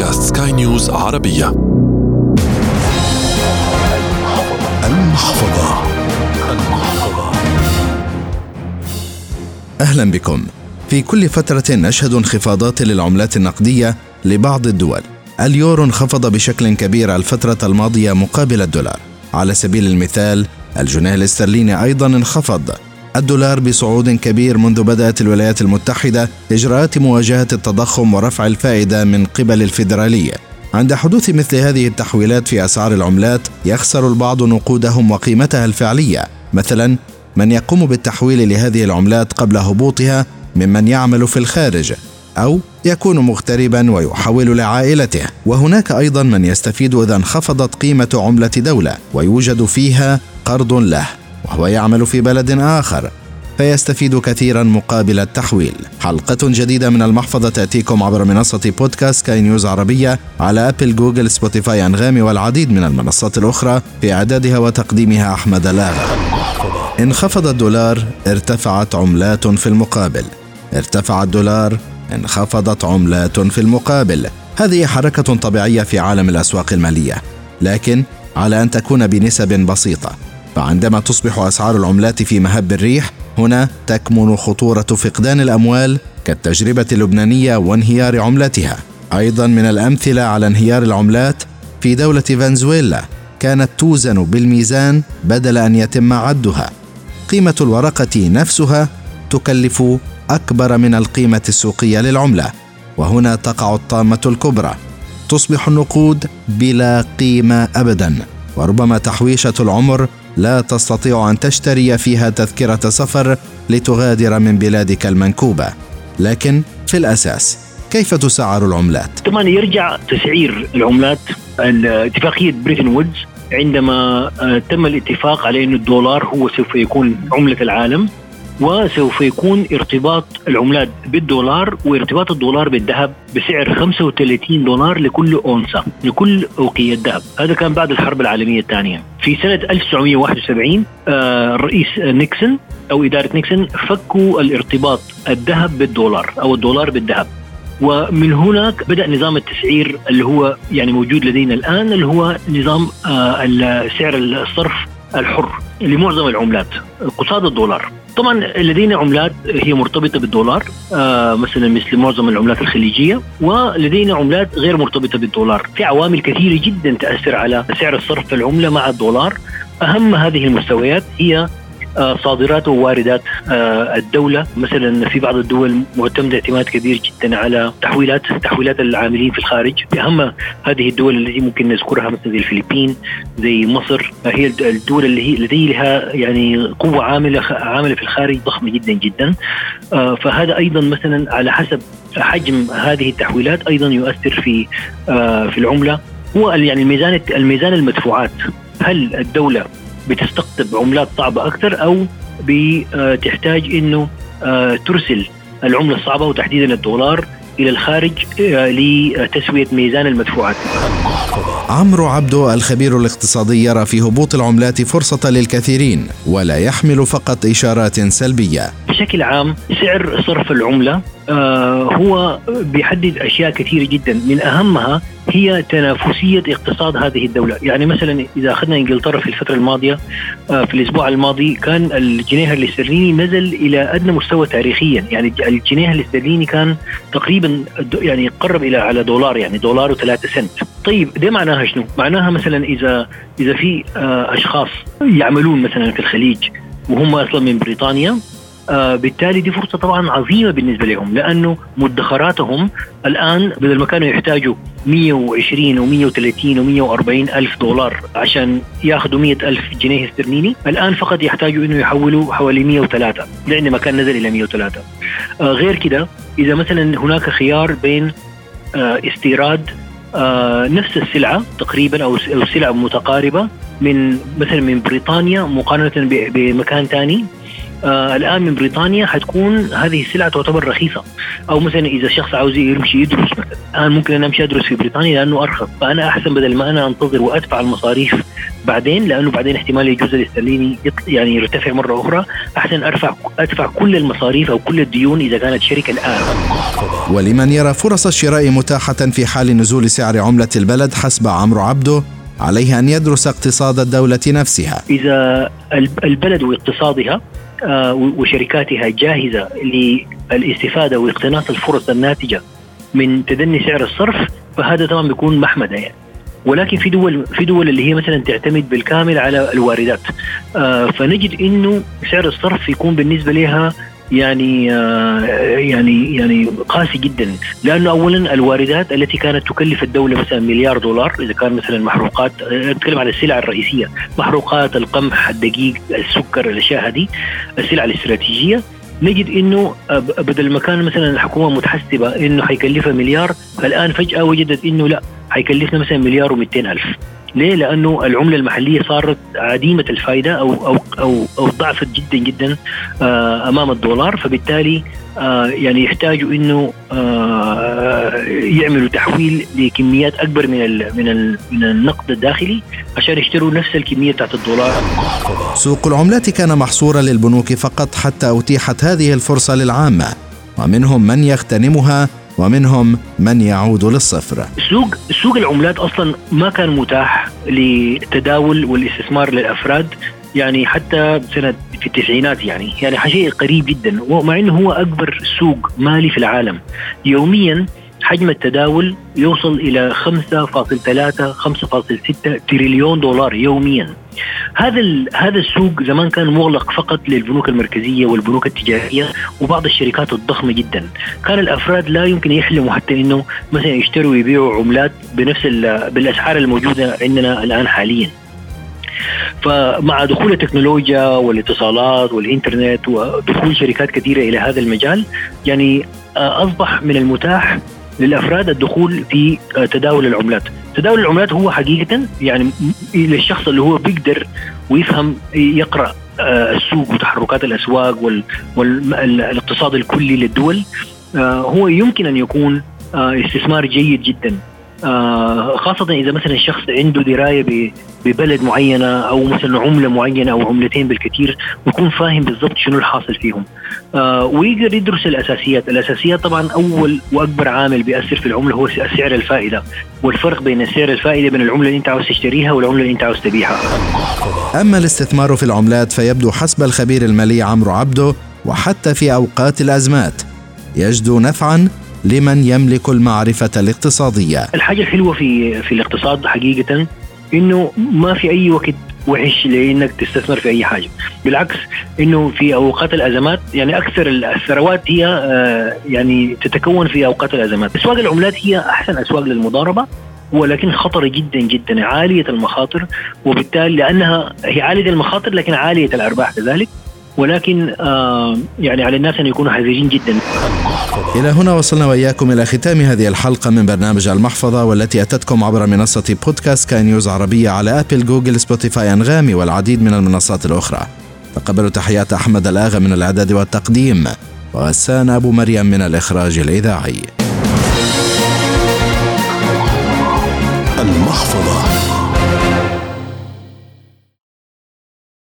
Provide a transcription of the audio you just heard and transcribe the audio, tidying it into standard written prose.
بودكاست سكاي نيوز عربية. المحفظة. أهلا بكم. في كل فترة نشهد انخفاضات للعملات النقدية لبعض الدول. اليورو انخفض بشكل كبير الفترة الماضية مقابل الدولار. على سبيل المثال الجنيه الاسترليني أيضا انخفض. الدولار بصعود كبير منذ بدأت الولايات المتحدة إجراءات مواجهة التضخم ورفع الفائدة من قبل الفيدرالية. عند حدوث مثل هذه التحويلات في أسعار العملات يخسر البعض نقودهم وقيمتها الفعلية، مثلا من يقوم بالتحويل لهذه العملات قبل هبوطها ممن يعمل في الخارج أو يكون مغتربا ويحول لعائلته. وهناك أيضا من يستفيد إذا انخفضت قيمة عملة دولة ويوجد فيها قرض له وهو يعمل في بلد آخر فيستفيد كثيرا مقابل التحويل. حلقة جديدة من المحفظة تأتيكم عبر منصة بودكاست سكاي نيوز عربية على أبل، جوجل، سبوتيفاي، أنغامي والعديد من المنصات الأخرى، في إعدادها وتقديمها أحمد لاغا. انخفض الدولار، ارتفعت عملات في المقابل. ارتفع الدولار، انخفضت عملات في المقابل. هذه حركة طبيعية في عالم الأسواق المالية، لكن على أن تكون بنسب بسيطة. فعندما تصبح أسعار العملات في مهب الريح، هنا تكمن خطورة فقدان الأموال كالتجربة اللبنانية وانهيار عملتها. أيضا من الأمثلة على انهيار العملات في دولة فنزويلا، كانت توزن بالميزان بدل أن يتم عدها. قيمة الورقة نفسها تكلف أكبر من القيمة السوقية للعملة، وهنا تقع الطامة الكبرى. تصبح النقود بلا قيمة أبدا، وربما تحويشة العمر لا تستطيع أن تشتري فيها تذكرة سفر لتغادر من بلادك المنكوبة. لكن في الأساس كيف تسعر العملات؟ طبعا يرجع تسعير العملات اتفاقية بريتن وودز، عندما تم الاتفاق على أن الدولار هو سوف يكون عملة العالم، وسوف يكون ارتباط العملات بالدولار وارتباط الدولار بالذهب بسعر $35 لكل أونصة، لكل أوقية ذهب. هذا كان بعد الحرب العالمية الثانية. في سنة 1971 الرئيس نيكسون أو إدارة نيكسون فكوا الارتباط الذهب بالدولار أو الدولار بالذهب، ومن هناك بدأ نظام التسعير اللي هو يعني موجود لدينا الآن، اللي هو نظام سعر الصرف الحر لمعظم العملات قصاد الدولار. طبعا لدينا عملات هي مرتبطة بالدولار، مثلا مثل معظم العملات الخليجية، ولدينا عملات غير مرتبطة بالدولار. في عوامل كثيرة جدا تأثر على سعر الصرف في العملة مع الدولار. أهم هذه المستويات هي صادرات وواردات الدولة. مثلا في بعض الدول معتمدة اعتماد كبير جدا على تحويلات العاملين في الخارج. أهم هذه الدول التي ممكن نذكرها مثل زي الفلبين، زي مصر، هي الدول اللي هي لديها يعني قوة عاملة في الخارج ضخمة جدا جدا. فهذا أيضا مثلا على حسب حجم هذه التحويلات أيضا يؤثر في العملة. هو يعني الميزان المدفوعات، هل الدولة بتستقطب عملات صعبة أكثر أو بتحتاج إنه ترسل العملة الصعبة وتحديدا الدولار إلى الخارج لتسوية ميزان المدفوعات. عمرو عبدو الخبير الاقتصادي يرى في هبوط العملات فرصة للكثيرين ولا يحمل فقط إشارات سلبية. بشكل عام سعر صرف العملة هو بيحدد أشياء كثيرة جدا، من أهمها هي تنافسية اقتصاد هذه الدولة. يعني مثلا إذا أخذنا إنجلترا في الفترة الماضية، في الأسبوع الماضي كان الجنيه الاسترليني نزل إلى أدنى مستوى تاريخيا. يعني الجنيه الاسترليني كان تقريبا يعني قرب إلى على دولار، يعني $1.03 سنت. طيب ده معناها شنو؟ معناها مثلا إذا في أشخاص يعملون مثلا في الخليج وهم أصلا من بريطانيا، بالتالي دي فرصة طبعا عظيمة بالنسبة لهم، لأنه مدخراتهم الآن بدل ما كانوا يحتاجوا 120 و130 و140 ألف دولار عشان يأخذوا 100 ألف جنيه استرليني، الآن فقط يحتاجوا إنه يحولوا حوالي 103، لأن ما كان نزل إلى 103. غير كده إذا مثلا هناك خيار بين استيراد نفس السلعة تقريبا أو سلعة متقاربة من مثلا من بريطانيا مقارنة بمكان تاني، الآن من بريطانيا حتكون هذه السلعة تعتبر رخيصة. أو مثلا إذا شخص عاوز يمشي يدرس مثلا، الآن ممكن أنا أمشي أدرس في بريطانيا لأنه أرخص، فأنا أحسن بدل ما أنا أنتظر وأدفع المصاريف بعدين، لأنه بعدين احتمال الجزء الاسترليني يعني يرتفع مرة أخرى، أحسن أدفع كل المصاريف أو كل الديون إذا كانت شركة الآن. ولمن يرى فرص الشراء متاحة في حال نزول سعر عملة البلد حسب عمرو عبده، عليه أن يدرس اقتصاد الدولة نفسها. إذا البلد واقتصادها وشركاتها جاهزة للاستفادة واقتناص الفرص الناتجة من تدني سعر الصرف، فهذا طبعا بيكون محمدة يعني. ولكن في دول اللي هي مثلا تعتمد بالكامل على الواردات، فنجد إنه سعر الصرف يكون بالنسبة لها يعني قاسي جدا، لأنه أولا الواردات التي كانت تكلف الدولة مثلا $1,000,000 إذا كان مثلا محروقات، نتكلم على السلع الرئيسية، محروقات، القمح، الدقيق، السكر، الأشياء هذه السلع الاستراتيجية، نجد إنه بدل ما كان مثلا الحكومة متحسبة إنه حيكلفها $1,000,000، فالآن فجأة وجدت إنه لا، حيكلفنا مثلا $1,200,000. ليه؟ لأنه العملة المحلية صارت عديمة الفائدة أو ضعفت جدا جدا أمام الدولار، فبالتالي يعني يحتاجوا إنه يعملوا تحويل لكميات أكبر من النقد الداخلي عشان يشتروا نفس الكمية بتاعت الدولار. سوق العملات كان محصورا للبنوك فقط حتى أتيحت هذه الفرصة للعامة، ومنهم من يغتنمها ومنهم من يعود للصفر. سوق العملات أصلا ما كان متاح للتداول والاستثمار للأفراد، يعني حتى في التسعينات يعني شيء قريب جدا، ومع أنه هو أكبر سوق مالي في العالم. يوميا حجم التداول يوصل إلى 5.3-5.6 تريليون دولار يوميا. هذا السوق زمان كان مغلق فقط للبنوك المركزية والبنوك التجارية وبعض الشركات الضخمة جدا. كان الأفراد لا يمكن يحلموا حتى إنه مثلا يشتروا ويبيعوا عملات بالأسعار الموجودة عندنا الآن حاليا. فمع دخول التكنولوجيا والاتصالات والإنترنت ودخول شركات كثيرة إلى هذا المجال، يعني أصبح من المتاح للأفراد الدخول في تداول العملات. تداول العملات هو حقيقة يعني للشخص اللي هو بيقدر ويفهم يقرأ السوق وتحركات الأسواق والاقتصاد الكلي للدول، هو يمكن أن يكون استثمار جيد جدا، خاصة إذا مثلا الشخص عنده دراية ببلد معينة أو مثلا عملة معينة أو عملتين بالكثير، ويكون فاهم بالضبط شنو الحاصل فيهم، ويقدر يدرس الأساسيات. طبعا أول وأكبر عامل بيأثر في العملة هو سعر الفائدة، والفرق بين سعر الفائدة بين العملة اللي أنت عاوز تشتريها والعملة اللي أنت عاوز تبيعها. أما الاستثمار في العملات فيبدو حسب الخبير المالي عمرو عبده، وحتى في أوقات الأزمات يجدو نفعا لمن يملك المعرفة الاقتصادية. الحاجة الحلوة في الاقتصاد حقيقة إنه ما في أي وقت وحش لأنك تستثمر في أي حاجة، بالعكس إنه في أوقات الأزمات يعني أكثر الثروات هي يعني تتكون في أوقات الأزمات. أسواق العملات هي أحسن أسواق للمضاربة، ولكن خطرة جدا جدا، عالية المخاطر، وبالتالي لأنها هي عالية المخاطر لكن عالية الأرباح كذلك، ولكن يعني على الناس أن يكونوا حذرين جدا. إلى هنا وصلنا وإياكم إلى ختام هذه الحلقة من برنامج المحفظة، والتي أتتكم عبر منصة بودكاست سكاي نيوز عربية على أبل، جوجل، سبوتيفاي، أنغامي والعديد من المنصات الأخرى. تقبلوا تحيات أحمد الآغا من الإعداد والتقديم، وغسان أبو مريم من الإخراج الإذاعي. المحفظة.